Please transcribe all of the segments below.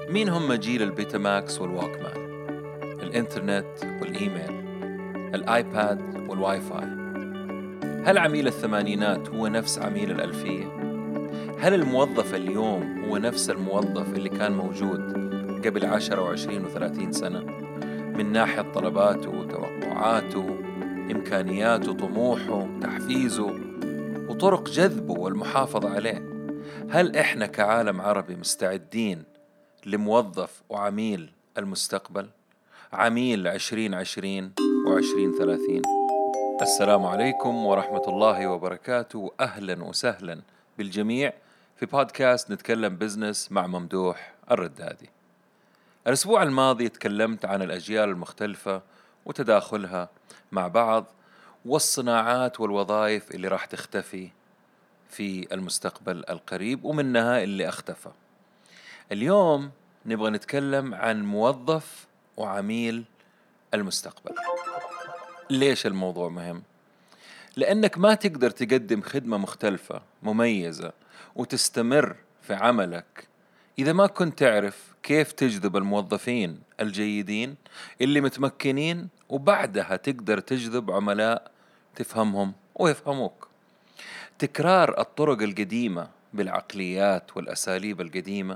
مين هم جيل البيتا ماكس والووكمان، الإنترنت والإيميل، الآيباد والواي فاي؟ هل عميل الثمانينات هو نفس عميل الألفية؟ هل الموظف اليوم هو نفس الموظف اللي كان موجود قبل 10 و20 و30 سنة؟ من ناحية طلباته، توقعاته، إمكانياته، طموحه، تحفيزه، وطرق جذبه والمحافظة عليه. هل إحنا كعالم عربي مستعدين لموظف وعميل المستقبل؟ عميل 2020 و2030. السلام عليكم ورحمة الله وبركاته. أهلا وسهلا بالجميع في بودكاست نتكلم بزنس مع ممدوح الردادي. الأسبوع الماضي تكلمت عن الأجيال المختلفة وتداخلها مع بعض، والصناعات والوظائف اللي راح تختفي في المستقبل القريب ومنها اللي اختفى. اليوم نبغى نتكلم عن موظف وعميل المستقبل. ليش الموضوع مهم؟ لأنك ما تقدر تقدم خدمة مختلفة مميزة وتستمر في عملك إذا ما كنت تعرف كيف تجذب الموظفين الجيدين اللي متمكنين، وبعدها تقدر تجذب عملاء تفهمهم ويفهموك. تكرار الطرق القديمة بالعقليات والأساليب القديمة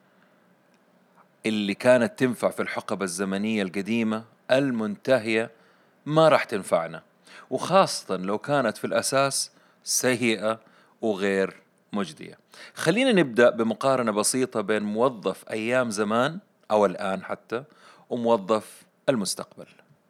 اللي كانت تنفع في الحقبة الزمنية القديمة المنتهية ما راح تنفعنا، وخاصة لو كانت في الأساس سيئة وغير مجدية. خلينا نبدأ بمقارنة بسيطة بين موظف أيام زمان أو الآن حتى وموظف المستقبل.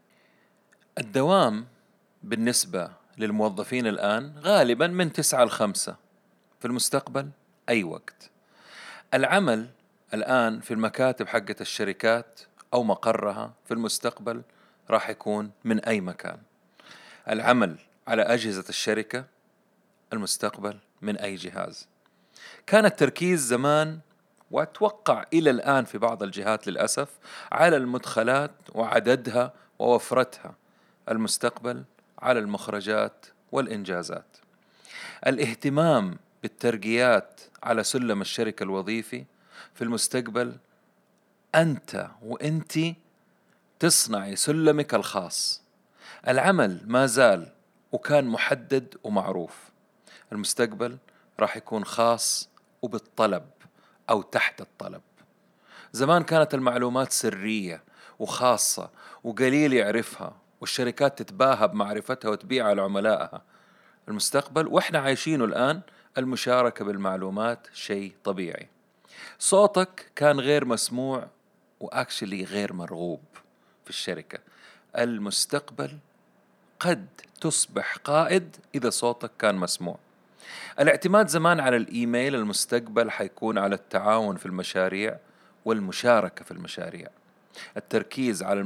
الدوام بالنسبة للموظفين الآن غالبا من 9 ل5، في المستقبل أي وقت. العمل الآن في المكاتب حقة الشركات أو مقرها في المستقبل راح يكون من أي مكان. العمل على أجهزة الشركة المستقبل من أي جهاز. كان التركيز زمان وأتوقع إلى الآن في بعض الجهات للأسف على المدخلات وعددها ووفرتها، المستقبل على المخرجات والإنجازات. الاهتمام بالترقيات على سلم الشركة الوظيفي في المستقبل أنت وأنتي تصنعي سلمك الخاص. العمل ما زال وكان محدد ومعروف، المستقبل راح يكون خاص وبالطلب أو تحت الطلب. زمان كانت المعلومات سرية وخاصة وقليل يعرفها، والشركات تتباهى بمعرفتها وتبيعها لعملائها. المستقبل وإحنا عايشينه الآن المشاركة بالمعلومات شيء طبيعي. صوتك كان غير مسموع وأكشلي غير مرغوب في الشركة. المستقبل قد تصبح قائد إذا صوتك كان مسموع. الاعتماد زمان على الإيميل، المستقبل حيكون على التعاون في المشاريع والمشاركة في المشاريع. التركيز على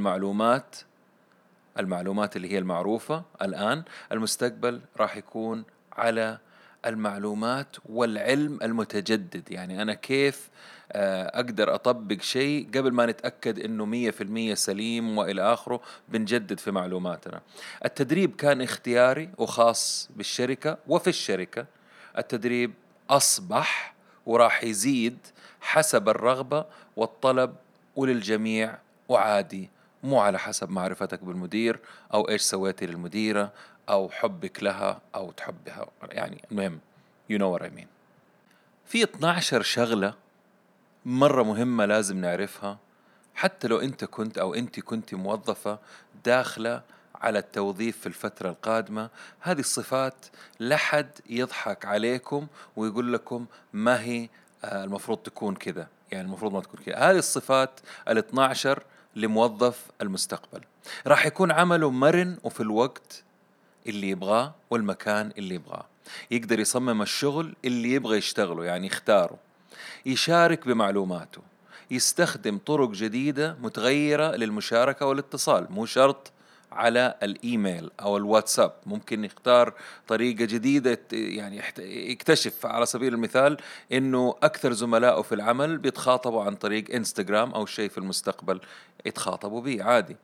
المعلومات اللي هي المعروفة الآن، المستقبل راح يكون على المعلومات والعلم المتجدد. يعني أنا كيف أقدر أطبق شيء قبل ما نتأكد إنه 100% سليم وإلى آخره، بنجدد في معلوماتنا. التدريب كان اختياري وخاص بالشركة، وفي الشركة التدريب أصبح وراح يزيد حسب الرغبة والطلب وللجميع، وعادي مو على حسب معرفتك بالمدير أو إيش سويتي للمديرة أو حبك لها أو تحبها. يعني المهم you know what I mean. في 12 شغلة مرة مهمة لازم نعرفها، حتى لو أنت كنت أو أنت كنت موظفة داخلة على التوظيف في الفترة القادمة. هذه الصفات لحد يضحك عليكم ويقول لكم ما هي المفروض تكون كذا، يعني المفروض ما تكون كذا. هذه الصفات 12 لموظف المستقبل. راح يكون عمله مرن وفي الوقت اللي يبغاه والمكان اللي يبغاه. يقدر يصمم الشغل اللي يبغى يشتغله، يعني يختاره. يشارك بمعلوماته، يستخدم طرق جديدة متغيرة للمشاركة والاتصال. مو شرط على الإيميل أو الواتساب، ممكن يختار طريقة جديدة. يعني يكتشف على سبيل المثال إنه أكثر زملائه في العمل بيتخاطبوا عن طريق إنستغرام أو شيء في المستقبل يتخاطبوا به عادي.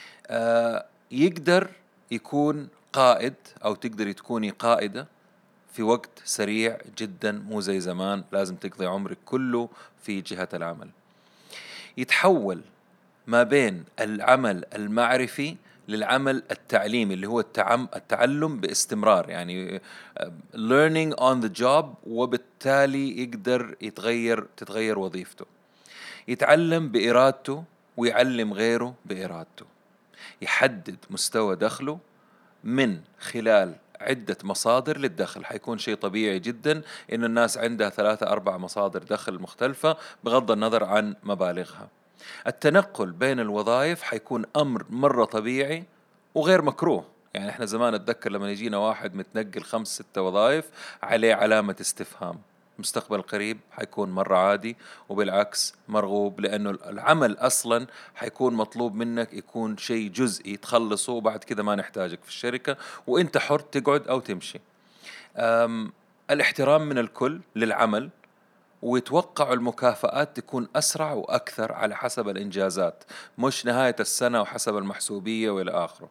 يقدر يكون قائد أو تقدري تكوني قائدة في وقت سريع جدا، مو زي زمان لازم تقضي عمرك كله في جهة العمل. يتحول ما بين العمل المعرفي للعمل التعليمي اللي هو التعلم باستمرار، يعني learning on the job، وبالتالي يقدر تتغير وظيفته، يتعلم بإرادته ويعلم غيره بإرادته، يحدد مستوى دخله من خلال عدة مصادر للدخل. حيكون شيء طبيعي جدا إن الناس عندها 3-4 مصادر دخل مختلفة بغض النظر عن مبالغها. التنقل بين الوظائف حيكون أمر مرة طبيعي وغير مكروه. يعني احنا زمان اتذكر لما يجينا واحد متنقل 5-6 وظائف عليه علامة استفهام. المستقبل القريب حيكون مرة عادي وبالعكس مرغوب، لأنه العمل أصلا حيكون مطلوب منك يكون شيء جزئي تخلصه وبعد كده ما نحتاجك في الشركة وانت حر تقعد أو تمشي. الاحترام من الكل للعمل، ويتوقعوا المكافآت تكون أسرع وأكثر على حسب الإنجازات، مش نهاية السنة وحسب المحسوبية وإلى آخره.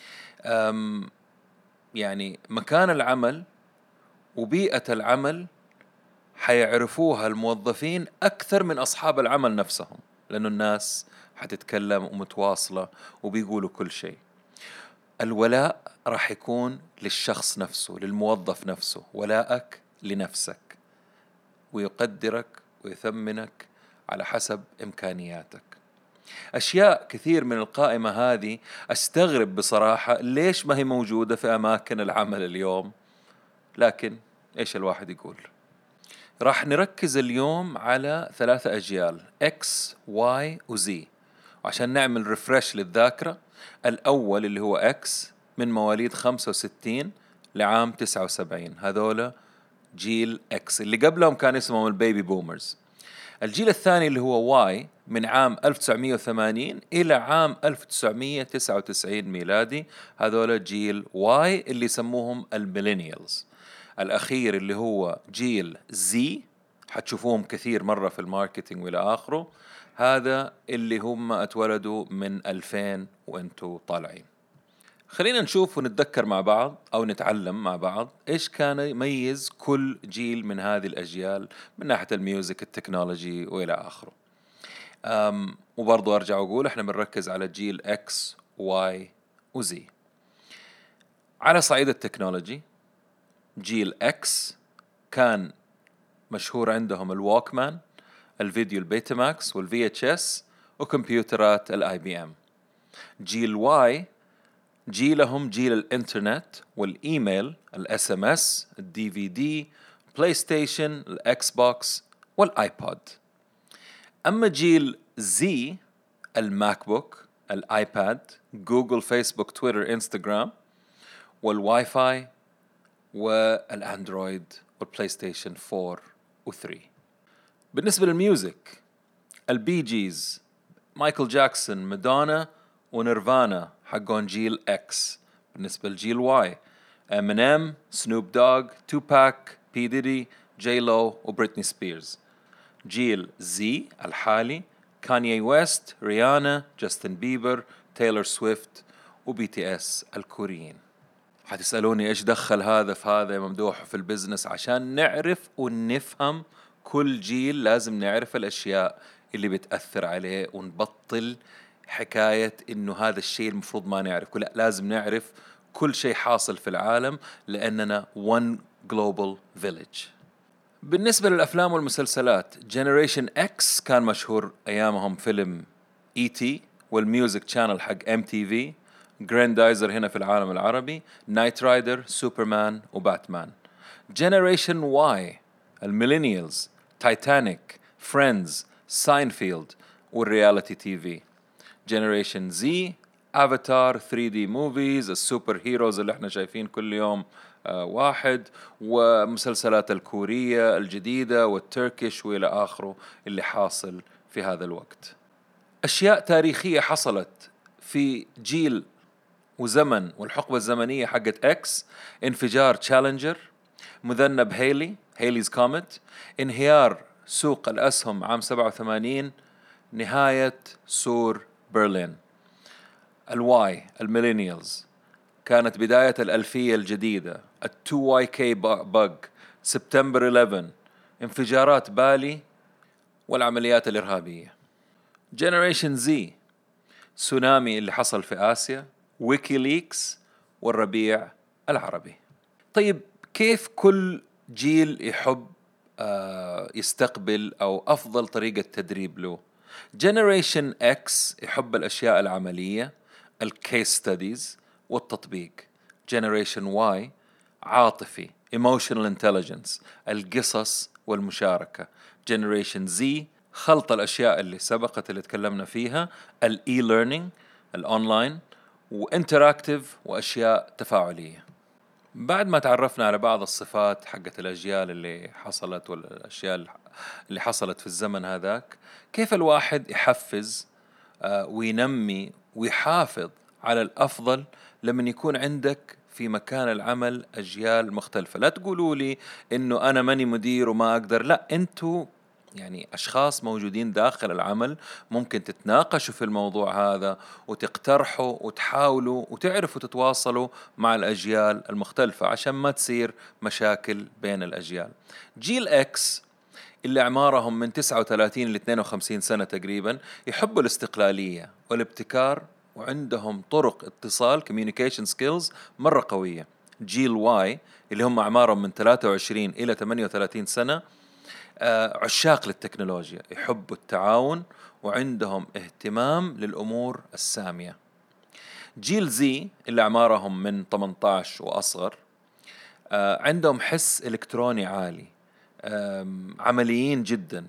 يعني مكان العمل وبيئة العمل حيعرفوها الموظفين أكثر من أصحاب العمل نفسهم، لأنه الناس حتتكلم ومتواصلة وبيقولوا كل شيء. الولاء راح يكون للشخص نفسه، للموظف نفسه، ولاءك لنفسك، ويقدرك ويثمنك على حسب إمكانياتك. أشياء كثير من القائمة هذه أستغرب بصراحة ليش ما هي موجودة في أماكن العمل اليوم، لكن إيش الواحد يقول. راح نركز اليوم على 3 أجيال X Y و Z عشان نعمل ريفرش للذاكرة. الأول اللي هو X من مواليد 65 لعام 79، هذولا جيل X اللي قبلهم كان اسمهم البيبي بومرز. الجيل الثاني اللي هو واي من عام 1980 إلى عام 1999 ميلادي، هذول جيل واي اللي يسموهم الميلينيالز. الأخير اللي هو جيل زي، حتشوفوهم كثير مرة في الماركتينج وإلى آخره، هذا اللي هم اتولدوا من 2000 وانتوا طالعين. خلينا نشوف ونتذكر مع بعض أو نتعلم مع بعض إيش كان يميز كل جيل من هذه الأجيال من ناحية الميوزك، التكنولوجي وإلى آخره. وبرضو أرجع أقول إحنا بنركز على جيل X Y و Z. على صعيد التكنولوجي، جيل X كان مشهور عندهم الووكمان، الفيديو البيتاماكس والVHS وكمبيوترات الIBM. جيل Y جيلهم جيل الانترنت والإيميل، الSMS، الDVD، بلاي ستيشن، الإكس بوكس والآيبود. أما جيل زي، الماك بوك، الآيباد، جوجل، فيسبوك، تويتر، إنستغرام والواي فاي والأندرويد والبلاي ستيشن 4 و3. بالنسبة للميوزك، البي جيز، مايكل جاكسون، مادونا ونيرفانا حقون جيل اكس. بالنسبة لجيل واي، امينيم، سنوب دوغ، توباك، بي ديدي، جي لو وبريتني سبيرز. جيل زي الحالي، كانيي ويست، ريانا، جاستن بيبر، تايلور سويفت وبي تي اس الكوريين. حتسألوني إيش دخل هذا في هذا يا ممدوح في البزنس؟ عشان نعرف ونفهم كل جيل لازم نعرف الأشياء اللي بتأثر عليه، ونبطل حكاية إنه هذا الشيء المفروض ما نعرف. لا، لازم نعرف كل شيء حاصل في العالم لأننا one global village. بالنسبة للأفلام والمسلسلات، Generation X كان مشهور أيامهم فيلم E.T. والميوزك شانل حق MTV، جراندايزر هنا في العالم العربي، نايت رايدر، سوبرمان وباتمان. Generation Y الميلينيالز، تايتانيك، فريندز، ساينفيلد والرياليتي تي في. Generation Z افاتار، 3D موفيز، السوبر هيروز اللي احنا شايفين كل يوم واحد، ومسلسلات الكورية الجديدة والتركيش وإلى آخره اللي حاصل في هذا الوقت. أشياء تاريخية حصلت في جيل وزمن والحقبة الزمنية حقت إكس: انفجار تشالنجر، مذنب هيليز كوميت، انهيار سوق الأسهم عام 87، نهاية سور برلين. الواي الميلينيالز كانت بداية الألفية الجديدة، ال2YK بug، سبتمبر 11، انفجارات بالي والعمليات الإرهابية. جنريشن زي، سونامي اللي حصل في آسيا، ويكيليكس، والربيع العربي. طيب كيف كل جيل يحب يستقبل أو أفضل طريقة تدريب له؟ جنريشن إكس يحب الأشياء العملية، الكيس ستاديز والتطبيق. جنريشن واي عاطفي، emotional intelligence، القصص والمشاركة. جنريشن زي خلط الأشياء اللي سبقت اللي تكلمنا فيها، الإي ليرنينج، الأونلاين، وانتراكتيف وأشياء تفاعلية. بعد ما تعرفنا على بعض الصفات حقت الأجيال اللي حصلت والأشياء اللي حصلت في الزمن هذاك، كيف الواحد يحفز وينمي ويحافظ على الأفضل لما يكون عندك في مكان العمل أجيال مختلفة؟ لا تقولوا لي إنه أنا ماني مدير وما أقدر، لا، أنتوا يعني أشخاص موجودين داخل العمل، ممكن تتناقشوا في الموضوع هذا وتقترحوا وتحاولوا وتعرفوا تتواصلوا مع الأجيال المختلفة عشان ما تصير مشاكل بين الأجيال. جيل إكس اللي أعمارهم من 39 ل 52 سنة تقريبا يحبوا الاستقلالية والابتكار، وعندهم طرق اتصال communication skills مرة قوية. جيل واي اللي هم أعمارهم من 23 إلى 38 سنة عشاق للتكنولوجيا، يحبوا التعاون وعندهم اهتمام للأمور السامية. جيل زي اللي أعمارهم من 18 وأصغر عندهم حس إلكتروني عالي، عمليين جدا،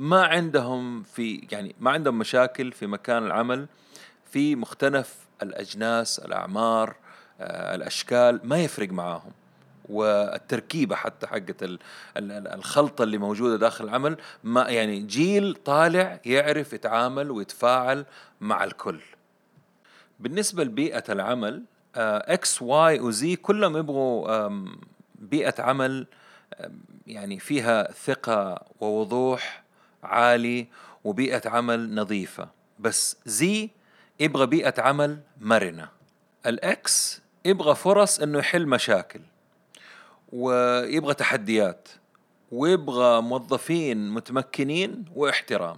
ما عندهم مشاكل في مكان العمل، في مختلف الأجناس، الأعمار، الأشكال، ما يفرق معاهم. والتركيبة حتى حقت الخلطة اللي موجودة داخل العمل، ما يعني جيل طالع يعرف يتعامل ويتفاعل مع الكل. بالنسبة لبيئة العمل، اكس واي وزي كلهم يبغوا بيئة عمل يعني فيها ثقة ووضوح عالي وبيئة عمل نظيفة، بس زي يبغى بيئة عمل مرنة. الأكس يبغى فرص إنه يحل مشاكل، ويبغى تحديات، ويبغى موظفين متمكنين واحترام.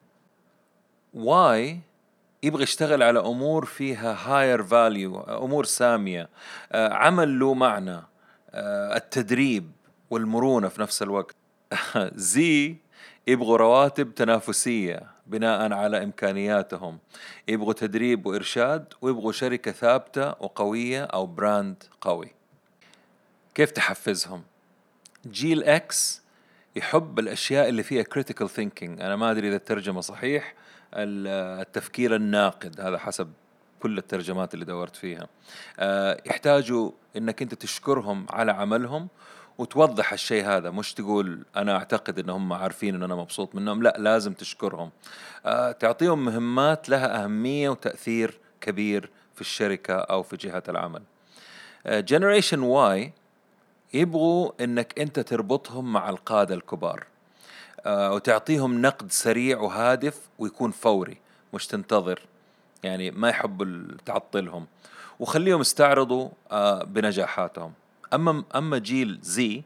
واي يبغى يشتغل على أمور فيها higher value، أمور سامية، عمل له معنى، التدريب والمرونة في نفس الوقت. زي يبغوا رواتب تنافسية بناء على إمكانياتهم، يبغوا تدريب وإرشاد، ويبغوا شركة ثابتة وقوية أو براند قوي. كيف تحفزهم؟ جيل إكس يحب الأشياء اللي فيها critical thinking، أنا ما أدري إذا الترجمة صحيح، التفكير الناقد، هذا حسب كل الترجمات اللي دورت فيها. يحتاجوا إنك أنت تشكرهم على عملهم وتوضح الشيء هذا، مش تقول أنا أعتقد إنهم عارفين إن أنا مبسوط منهم، لا، لازم تشكرهم. تعطيهم مهمات لها أهمية وتأثير كبير في الشركة أو في جهة العمل. Generation Y يبغوا إنك أنت تربطهم مع القادة الكبار، وتعطيهم نقد سريع وهادف ويكون فوري، مش تنتظر، يعني ما يحب تعطلهم، وخليهم يستعرضوا بنجاحاتهم. أما جيل زي،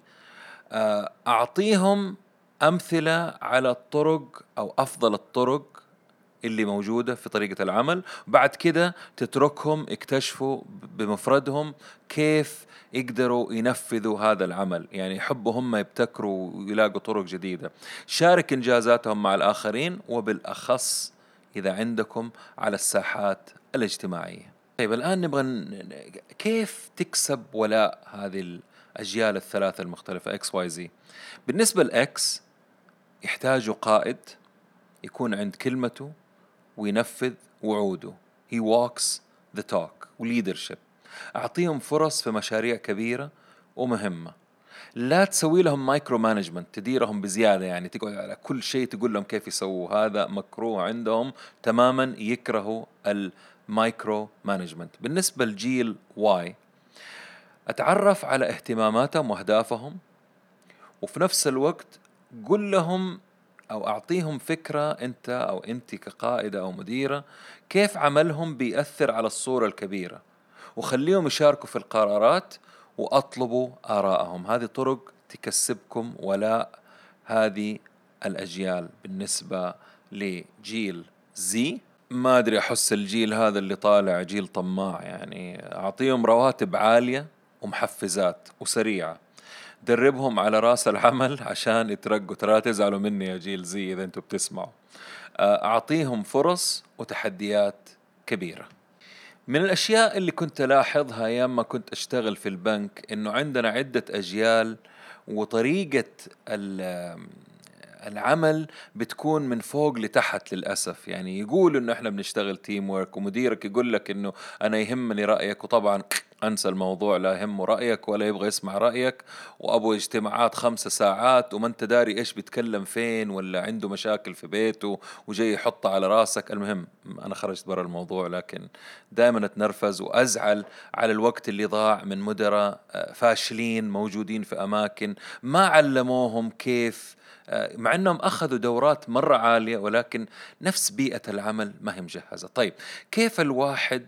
أعطيهم أمثلة على الطرق أو أفضل الطرق اللي موجودة في طريقة العمل، بعد كده تتركهم يكتشفوا بمفردهم كيف يقدروا ينفذوا هذا العمل، يعني يحبوا هم يبتكروا ويلاقوا طرق جديدة. شارك إنجازاتهم مع الآخرين، وبالأخص إذا عندكم على الساحات الاجتماعية. طيب الآن نبغى كيف تكسب ولاء هذه الأجيال الثلاثة المختلفة X Y Z. بالنسبة لإكس يحتاجوا قائد يكون عند كلمته وينفذ وعوده، he walks the talk، leadership. أعطيهم فرص في مشاريع كبيرة ومهمة، لا تسوي لهم مايكرو مانجمنت، تديرهم بزيادة، يعني تقعد على كل شيء تقول لهم كيف يسووا، هذا مكروه عندهم تماما، يكرهوا المايكرو مانجمنت. بالنسبة للجيل واي، أتعرف على اهتماماتهم وأهدافهم، وفي نفس الوقت قل لهم أو أعطيهم فكرة أنت أو أنت كقائدة أو مديرة كيف عملهم بيأثر على الصورة الكبيرة، وخليهم يشاركوا في القرارات وأطلبوا آراءهم. هذه طرق تكسبكم ولاء هذه الأجيال بالنسبة لجيل زي ما أدري، أحس الجيل هذا اللي طالع جيل طماع، يعني أعطيهم رواتب عالية ومحفزات وسريعة، دربهم على رأس العمل عشان يترقوا. ترى لا تزعلوا مني يا جيل زي إذا أنتم بتسمعوا. أعطيهم فرص وتحديات كبيرة. من الأشياء اللي كنت ألاحظها أيام ما كنت أشتغل في البنك إنه عندنا عدة أجيال، وطريقة العمل بتكون من فوق لتحت للأسف. يعني يقول إنه إحنا بنشتغل تيم وورك، ومديرك يقول لك إنه أنا يهمني رأيك، وطبعا أنسى الموضوع، لا يهمه رأيك ولا يبغى يسمع رأيك، وأبو اجتماعات 5 ساعات وما أنت داري إيش بيتكلم فين، ولا عنده مشاكل في بيته وجاي يحطها على راسك. المهم أنا خرجت برا الموضوع، لكن دائما أتنرفز وأزعل على الوقت اللي ضاع من مدراء فاشلين موجودين في أماكن ما علموهم كيف، مع أنهم أخذوا دورات مرة عالية، ولكن نفس بيئة العمل ما هي مجهزة. طيب كيف الواحد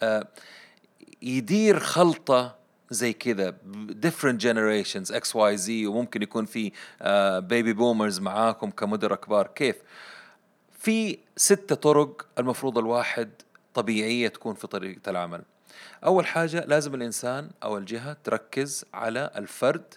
يدير خلطة زي كذا different generations X Y Z، وممكن يكون في baby boomers معاكم كمدراء كبار؟ كيف؟ في 6 طرق المفروض الواحد طبيعية تكون في طريقة العمل. أول حاجة لازم الإنسان أو الجهة تركز على الفرد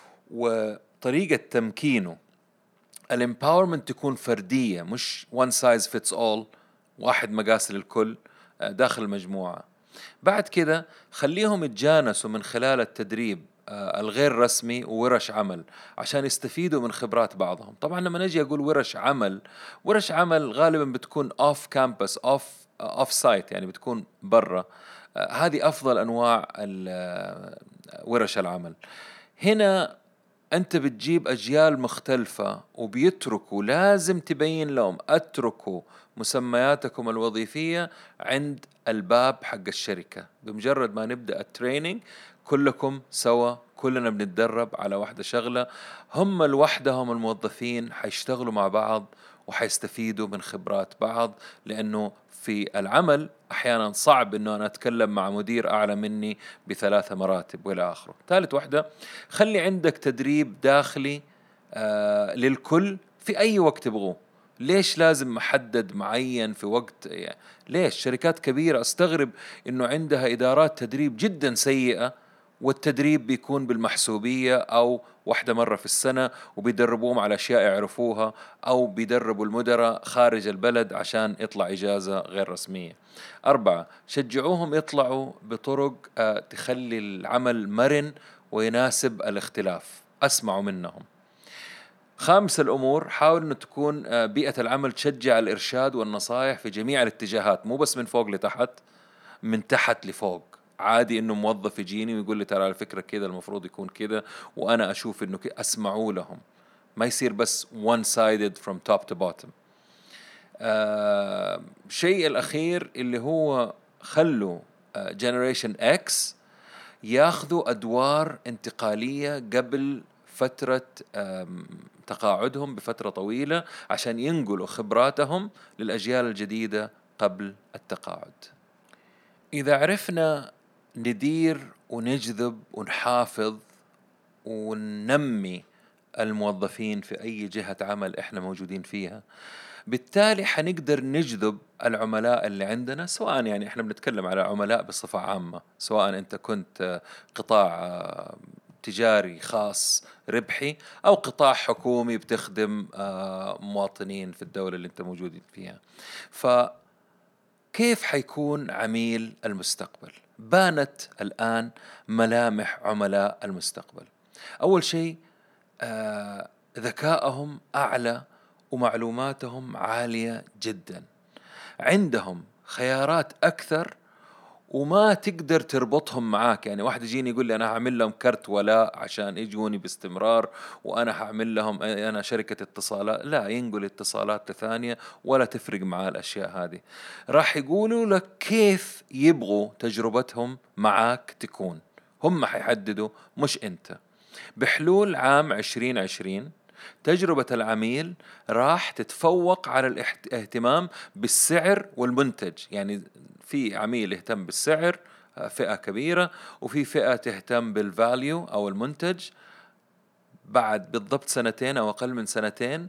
وطريقة تمكينه. الامباورمنت تكون فردية، مش one size fits all، واحد مقاس للكل داخل المجموعة. بعد كده خليهم يتجانسوا من خلال التدريب الغير رسمي وورش عمل عشان يستفيدوا من خبرات بعضهم. طبعا لما نجي أقول ورش عمل، ورش عمل غالبا بتكون off campus off site، يعني بتكون برا. هذه أفضل أنواع ورش العمل. هنا أنت بتجيب أجيال مختلفة وبيتركوا، لازم تبين لهم اتركوا مسمياتكم الوظيفية عند الباب حق الشركة. بمجرد ما نبدأ التريننج كلكم سوا، كلنا بنتدرب على واحدة شغلة، هم لوحدهم الموظفين حيشتغلوا مع بعض وحيستفيدوا من خبرات بعض. لأنه في العمل أحيانا صعب أنه أنا أتكلم مع مدير أعلى مني ب3 مراتب وإلى آخره. ثالث واحدة، خلي عندك تدريب داخلي للكل في أي وقت تبغوه. ليش لازم محدد معين في وقت؟ يعني ليش شركات كبيرة أستغرب إنه عندها إدارات تدريب جدا سيئة، والتدريب بيكون بالمحسوبية أو واحدة مرة في السنة، وبيدربوهم على أشياء يعرفوها، أو بيدربوا المدراء خارج البلد عشان يطلع إجازة غير رسمية. 4، شجعوهم يطلعوا بطرق تخلي العمل مرن ويناسب الاختلاف، أسمعوا منهم. 5 الأمور، حاول أن تكون بيئة العمل تشجع الإرشاد والنصائح في جميع الاتجاهات، مو بس من فوق لتحت، من تحت لفوق. عادي إنه موظف يجيني ويقول لي ترى على فكرة كذا المفروض يكون كذا، وأنا أشوف إنه أسمعوا لهم، ما يصير بس one sided from top to bottom. شيء الأخير اللي هو خلوا generation X ياخذوا أدوار انتقالية قبل فترة تقاعدهم بفترة طويلة، عشان ينقلوا خبراتهم للأجيال الجديدة قبل التقاعد. إذا عرفنا ندير ونجذب ونحافظ وننمي الموظفين في أي جهة عمل إحنا موجودين فيها، بالتالي حنقدر نجذب العملاء اللي عندنا. سواء يعني إحنا بنتكلم على عملاء بصفة عامة، سواء أنت كنت قطاع تجاري خاص ربحي، أو قطاع حكومي بتخدم مواطنين في الدولة اللي أنت موجود فيها. فكيف حيكون عميل المستقبل؟ بانت الآن ملامح عملاء المستقبل. أول شيء ذكائهم أعلى ومعلوماتهم عالية جدا، عندهم خيارات أكثر وما تقدر تربطهم معاك. يعني واحد يجيني يقول لي أنا هعمل لهم كرت ولاء عشان يجوني باستمرار، وأنا هعمل لهم أنا شركة اتصالات، لا، ينقل اتصالات لثانية ولا تفرق معاه الأشياء هذه. راح يقولوا لك كيف يبغوا تجربتهم معاك تكون، هم حيحددوا مش أنت. بحلول عام 2020 تجربة العميل راح تتفوق على الاهتمام بالسعر والمنتج. يعني في عميل يهتم بالسعر، فئة كبيرة، وفي فئة تهتم بالفاليو أو المنتج. بعد بالضبط 2 أو أقل من 2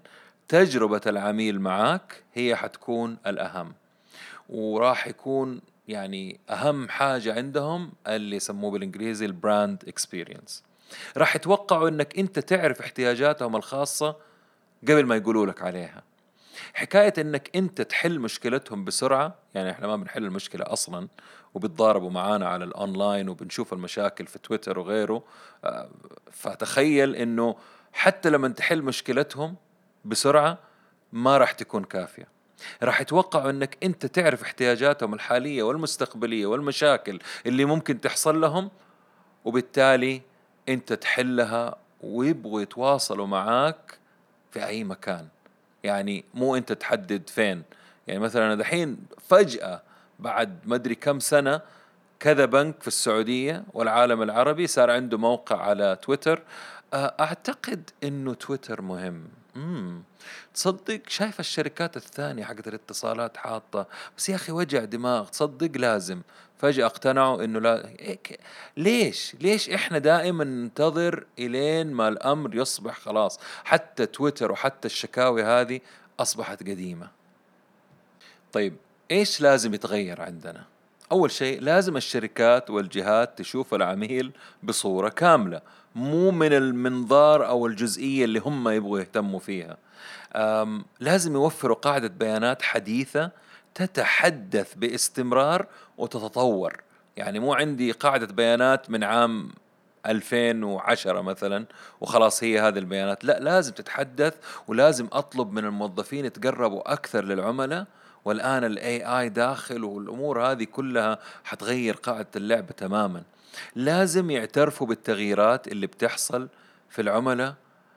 تجربة العميل معك هي حتكون الأهم، وراح يكون يعني أهم حاجة عندهم اللي يسموه بالإنجليزي البراند اكسبيرينس. راح يتوقعوا إنك أنت تعرف احتياجاتهم الخاصة قبل ما يقولوا لك عليها. حكاية إنك أنت تحل مشكلتهم بسرعة، يعني إحنا ما بنحل المشكلة أصلاً وبيتضاربوا معانا على الأونلاين وبنشوف المشاكل في تويتر وغيره. فتخيل إنه حتى لما تحل مشكلتهم بسرعة ما راح تكون كافية. راح يتوقعوا إنك أنت تعرف احتياجاتهم الحالية والمستقبلية والمشاكل اللي ممكن تحصل لهم، وبالتالي أنت تحلها ويبغوا يتواصلوا معاك في أي مكان. يعني مو أنت تحدد فين. يعني مثلا أنا دحين فجأة بعد ما أدري كم سنة كذا بنك في السعودية والعالم العربي صار عنده موقع على تويتر. أعتقد إنه تويتر مهم. تصدق شايف الشركات الثانية حقت الاتصالات حاطة، بس يا أخي وجع دماغ. تصدق لازم فجأة اقتنعوا إنه لا. ليش إحنا دائما ننتظر إلين ما الأمر يصبح خلاص؟ حتى تويتر وحتى الشكاوي هذه أصبحت قديمة. طيب إيش لازم يتغير عندنا؟ أول شيء لازم الشركات والجهات تشوف العميل بصورة كاملة، مو من المنظار أو الجزئية اللي هم يبغوا يهتموا فيها. لازم يوفروا قاعدة بيانات حديثة تتحدث باستمرار وتتطور. يعني مو عندي قاعدة بيانات من عام 2010 مثلا وخلاص هي هذه البيانات، لا، لازم تتحدث، ولازم أطلب من الموظفين يتقربوا أكثر للعملاء. والآن ال AI داخل والأمور هذه كلها حتغير قاعدة اللعبة تماما. لازم يعترفوا بالتغييرات اللي بتحصل في العملاء،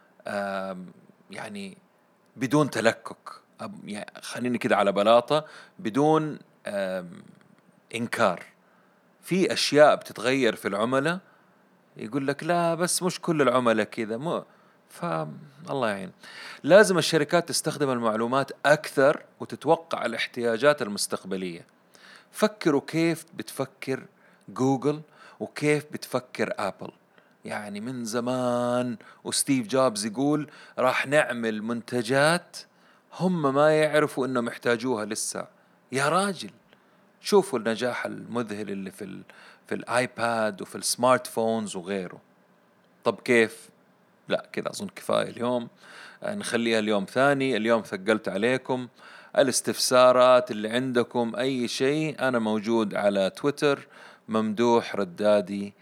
يعني بدون تلكك. يعني خليني كده على بلاطة، بدون إنكار. في أشياء بتتغير في العملاء يقول لك لا بس مش كل العملاء كذا، مو الله يعين. لازم الشركات تستخدم المعلومات أكثر وتتوقع الاحتياجات المستقبلية. فكروا كيف بتفكر جوجل وكيف بتفكر أبل. يعني من زمان وستيف جوبز يقول راح نعمل منتجات هم ما يعرفوا إنهم يحتاجوها لسه. يا راجل، شوفوا النجاح المذهل اللي في الآيباد وفي السمارت فونز وغيره. طب كيف؟ لا كذا أظن كفاية اليوم. نخليها اليوم ثاني. اليوم ثقلت عليكم. الاستفسارات اللي عندكم أي شيء أنا موجود على تويتر ممدوح ردادي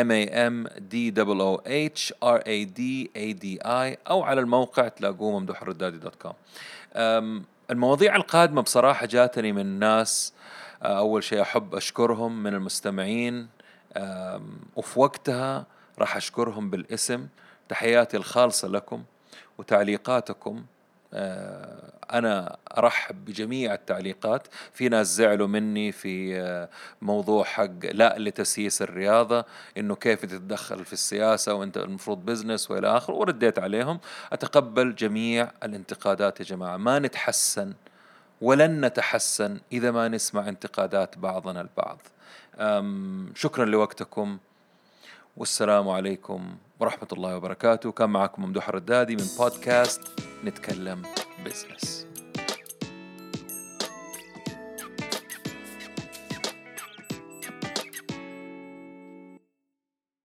MAMDOOHRADADI، أو على الموقع تلاقوه ممدوحردادي.com. المواضيع القادمة بصراحة جاتني من ناس، أول شيء أحب أشكرهم من المستمعين، وفي وقتها راح أشكرهم بالاسم. تحياتي الخالصة لكم وتعليقاتكم. أنا أرحب بجميع التعليقات. في ناس زعلوا مني في موضوع حق لا لتسييس الرياضة، إنه كيف تتدخل في السياسة وأنت المفروض بزنس وإلى آخر، ورديت عليهم. أتقبل جميع الانتقادات يا جماعة. ما نتحسن ولن نتحسن إذا ما نسمع انتقادات بعضنا البعض. شكرا لوقتكم، والسلام عليكم ورحمة الله وبركاته. كان معكم ممدوح الردادي من بودكاست نتكلم بزنس.